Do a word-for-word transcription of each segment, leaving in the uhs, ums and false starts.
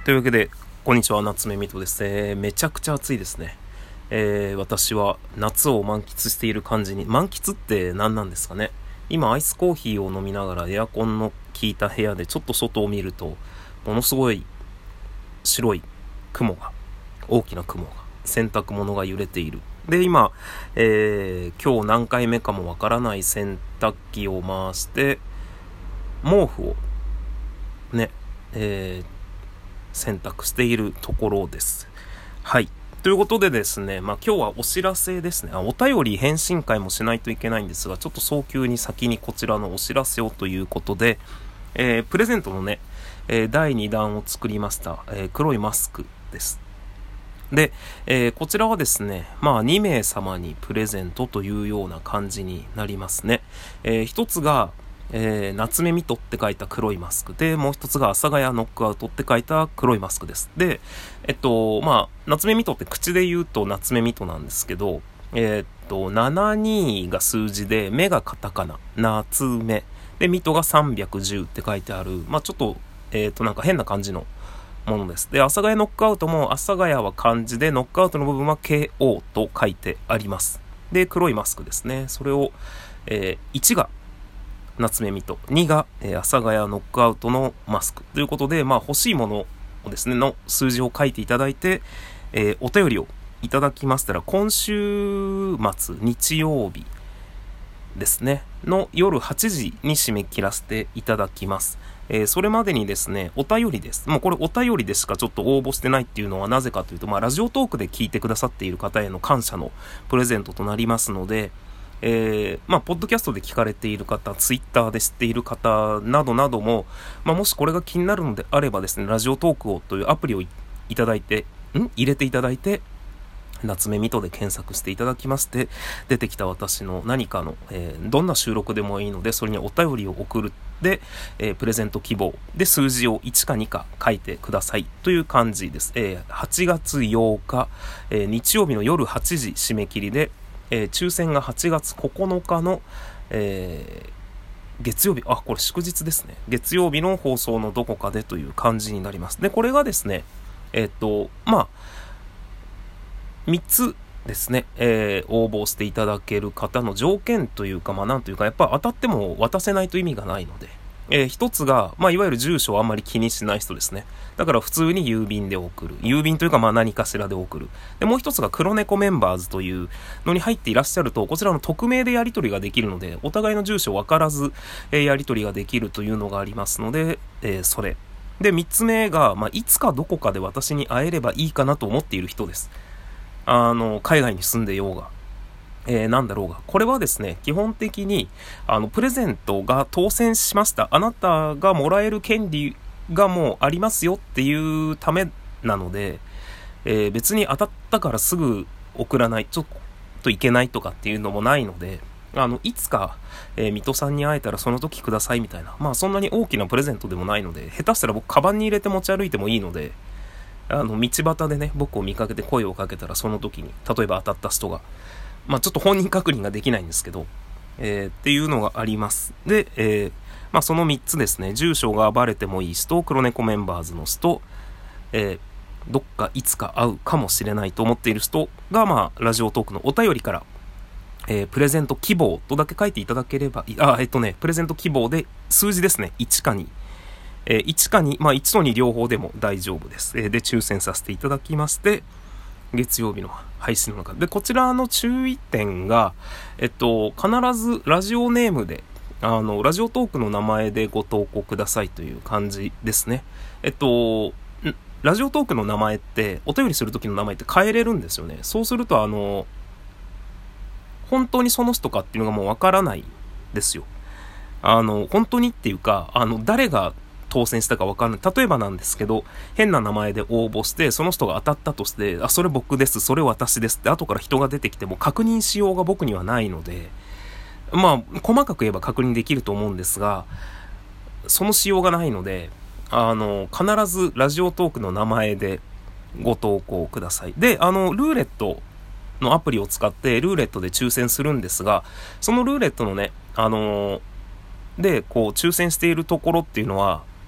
というわけで、こんにちは、夏目みとです、えー。めちゃくちゃ暑いですね。えー、私は夏を満喫している感じに、満喫って何なんですかね。今アイスコーヒーを飲みながらエアコンの効いた部屋でちょっと外を見ると、ものすごい白い雲が、大きな雲が、洗濯物が揺れている。で、今、えー、今日何回目かもわからない洗濯機を回して、毛布をね、えー、選択しているところです。はい。ということでですね、まあ今日はお知らせですね。あ、お便り返信会もしないといけないんですが、ちょっと早急に先にこちらのお知らせをということで、えー、プレゼントのね、えー、だいにだんを作りました、えー、黒いマスクです。で、えー、こちらはですね、まあにめいさまにプレゼントというような感じになりますね。えー、一つが、えー、夏目みとって書いた黒いマスクで、もう一つが阿佐ヶ谷ノックアウトって書いた黒いマスクです。で、えっと、まあ、夏目みとって口で言うと夏目みとなんですけど、えー、っと、ななにが数字で、目がカタカナ、夏目。で、みとがさんびゃくじゅうって書いてある、まあちょっと、えー、っと、なんか変な感じのものです。で、阿佐ヶ谷ノックアウトも、阿佐ヶ谷は漢字で、ノックアウトの部分は ケーオー と書いてあります。で、黒いマスクですね。それを、えー、いちが、夏目みと、にが、えー、阿佐ヶ谷ノックアウトのマスクということで、まあ欲しいものをですね、の数字を書いていただいて、えー、お便りをいただきましたら、今週末、日曜日ですね、の夜はちじに締め切らせていただきます。えー、それまでにですね、お便りです。もうこれお便りでしかちょっと応募してないっていうのはなぜかというと、まあラジオトークで聞いてくださっている方への感謝のプレゼントとなりますので、えー、まあ、ポッドキャストで聞かれている方、ツイッターで知っている方などなども、まあ、もしこれが気になるのであればですね、ラジオトークをというアプリを い, いただいて、ん入れていただいて、夏目みとで検索していただきまして、出てきた私の何かの、えー、どんな収録でもいいので、それにお便りを送るで、えー、プレゼント希望で数字をいちかにか書いてくださいという感じです。えー、はちがつようか、えー、日曜日の夜はちじ締め切りで、えー、抽選がはちがつここのかの、えー、月曜日、あ、これ祝日ですね。月曜日の放送のどこかでという感じになります。で、これがですね、えー、っと、まあ、みっつですね、えー、応募していただける方の条件というか、まあなんというか、やっぱ当たっても渡せないと意味がないので、えー、一つが、まあいわゆる住所をあんまり気にしない人ですね。だから普通に郵便で送る。郵便というかまあ何かしらで送る。で、もう一つが黒猫メンバーズというのに入っていらっしゃると、こちらの匿名でやり取りができるので、お互いの住所分からず、えー、やり取りができるというのがありますので、えー、それ。で、三つ目が、まあいつかどこかで私に会えればいいかなと思っている人です。あの、海外に住んでようが。えー、なんだろうが。これはですね、基本的に、あの、プレゼントが当選しました。あなたがもらえる権利がもうありますよっていうためなので、えー、別に当たったからすぐ送らない、ちょっといけないとかっていうのもないので、あの、いつか、えー、水戸さんに会えたらその時くださいみたいな。まあ、そんなに大きなプレゼントでもないので、下手したら僕、カバンに入れて持ち歩いてもいいので、あの、道端でね、僕を見かけて声をかけたらその時に、例えば当たった人が、まあちょっと本人確認ができないんですけど、えー、っていうのがあります。で、えー、まあそのみっつですね、住所がバレてもいい人、黒猫メンバーズの人、えー、どっかいつか会うかもしれないと思っている人が、まあラジオトークのお便りから、えー、プレゼント希望とだけ書いていただければいい。あ、えっとね、プレゼント希望で数字ですね、いちかに。えー、いちかに、まあいちとに両方でも大丈夫です。えー、で、抽選させていただきまして、月曜日の配信の中で、こちらの注意点が、えっと、必ずラジオネームで、あの、ラジオトークの名前でご投稿くださいという感じですね。えっと、ラジオトークの名前って、お便りするときの名前って変えれるんですよね。そうすると、あの、本当にその人かっていうのがもうわからないですよ。あの、本当にっていうか、あの、誰が当選したか分かんない。例えばなんですけど、変な名前で応募して、その人が当たったとして、あ、それ僕です、それ私ですって後から人が出てきても確認しようが僕にはないので、まあ、細かく言えば確認できると思うんですが、そのしようがないので、あの、必ずラジオトークの名前でご投稿ください。で、あの、ルーレットのアプリを使ってルーレットで抽選するんですが、そのルーレットのね、あの、で、こう、抽選しているところっていうのは、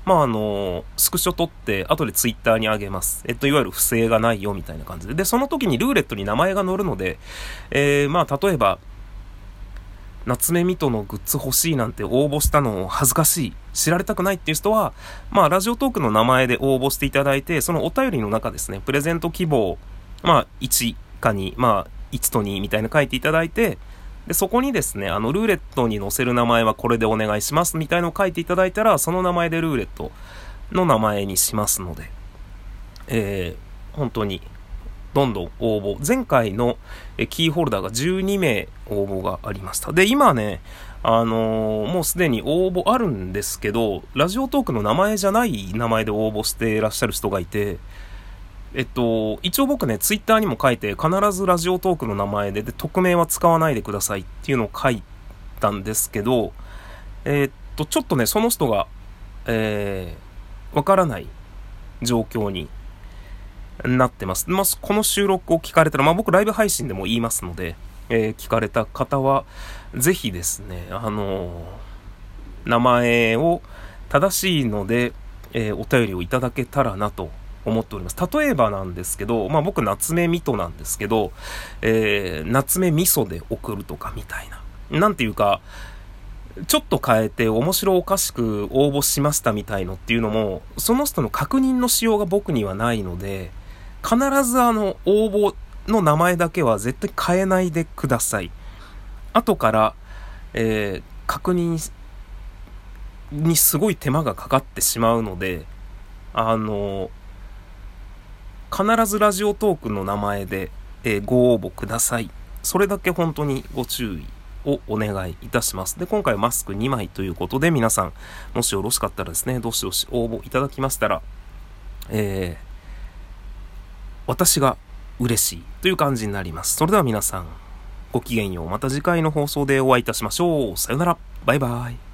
まあ、あの、スクショ撮って、後でツイッターに上げます。えっと、いわゆる不正がないよ、みたいな感じで。で、その時にルーレットに名前が載るので、えー、まあ、例えば、夏目ミトのグッズ欲しいなんて応募したの恥ずかしい、知られたくないっていう人は、まあ、ラジオトークの名前で応募していただいて、そのお便りの中ですね、プレゼント希望、まあ、いちかに、まあ、いちとにみたいな書いていただいて、で、そこにですね、あの、ルーレットに載せる名前はこれでお願いしますみたいなのを書いていただいたら、その名前でルーレットの名前にしますので、えー、本当に、どんどん応募。前回のキーホルダーがじゅうにめい応募がありました。で、今ね、あのー、もうすでに応募あるんですけど、ラジオトークの名前じゃない名前で応募していらっしゃる人がいて、えっと、一応僕ね、ツイッターにも書いて、必ずラジオトークの名前で、で、匿名は使わないでくださいっていうのを書いたんですけど、えー、っと、ちょっとね、その人が、えー、わからない状況になってます。まあ、この収録を聞かれたら、まあ僕ライブ配信でも言いますので、えー、聞かれた方は、ぜひですね、あのー、名前を正しいので、えー、お便りをいただけたらなと思っております。例えばなんですけど、まあ僕夏目みとなんですけど、えー、夏目みそで送るとかみたいな。なんていうか、ちょっと変えて面白おかしく応募しましたみたいのっていうのも、その人の確認のしようが僕にはないので、必ずあの応募の名前だけは絶対変えないでください。後から、えー、確認にすごい手間がかかってしまうので、あの必ずラジオトークの名前で、えー、ご応募ください。それだけ本当にご注意をお願いいたします。で、今回はマスクにまいということで、皆さんもしよろしかったらですね、どしどし応募いただきましたら、えー私が嬉しいという感じになります。それでは皆さん、ごきげんよう。また次回の放送でお会いいたしましょう。さよなら。バイバイ。